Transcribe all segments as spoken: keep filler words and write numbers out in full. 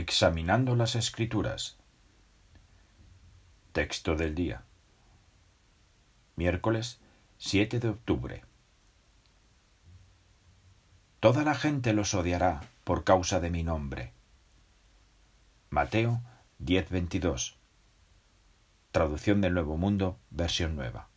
Examinando las Escrituras. Texto del día. Miércoles siete de octubre. Toda la gente los odiará por causa de mi nombre. Mateo diez veintidós. Traducción del Nuevo Mundo, versión nueva.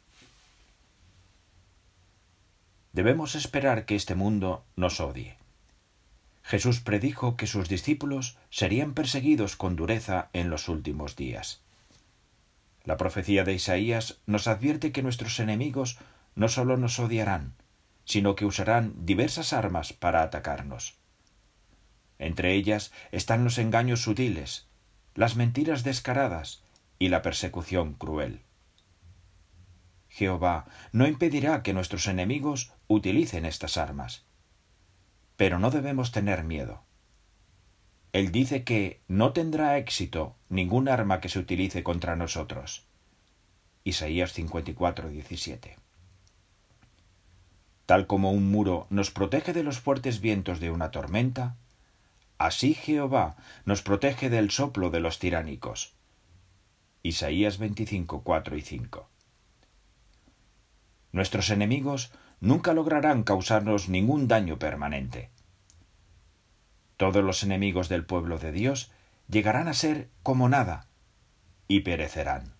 Debemos esperar que este mundo nos odie. Jesús predijo que sus discípulos serían perseguidos con dureza en los últimos días. La profecía de Isaías nos advierte que nuestros enemigos no solo nos odiarán, sino que usarán diversas armas para atacarnos. Entre ellas están los engaños sutiles, las mentiras descaradas y la persecución cruel. Jehová no impedirá que nuestros enemigos utilicen estas armas. Pero no debemos tener miedo. Él dice que no tendrá éxito ningún arma que se utilice contra nosotros. Isaías cincuenta y cuatro, diecisiete. Tal como un muro nos protege de los fuertes vientos de una tormenta, así Jehová nos protege del soplo de los tiránicos. Isaías veinticinco, cuatro y cinco. Nuestros enemigos nunca lograrán causarnos ningún daño permanente. Todos los enemigos del pueblo de Dios llegarán a ser como nada y perecerán.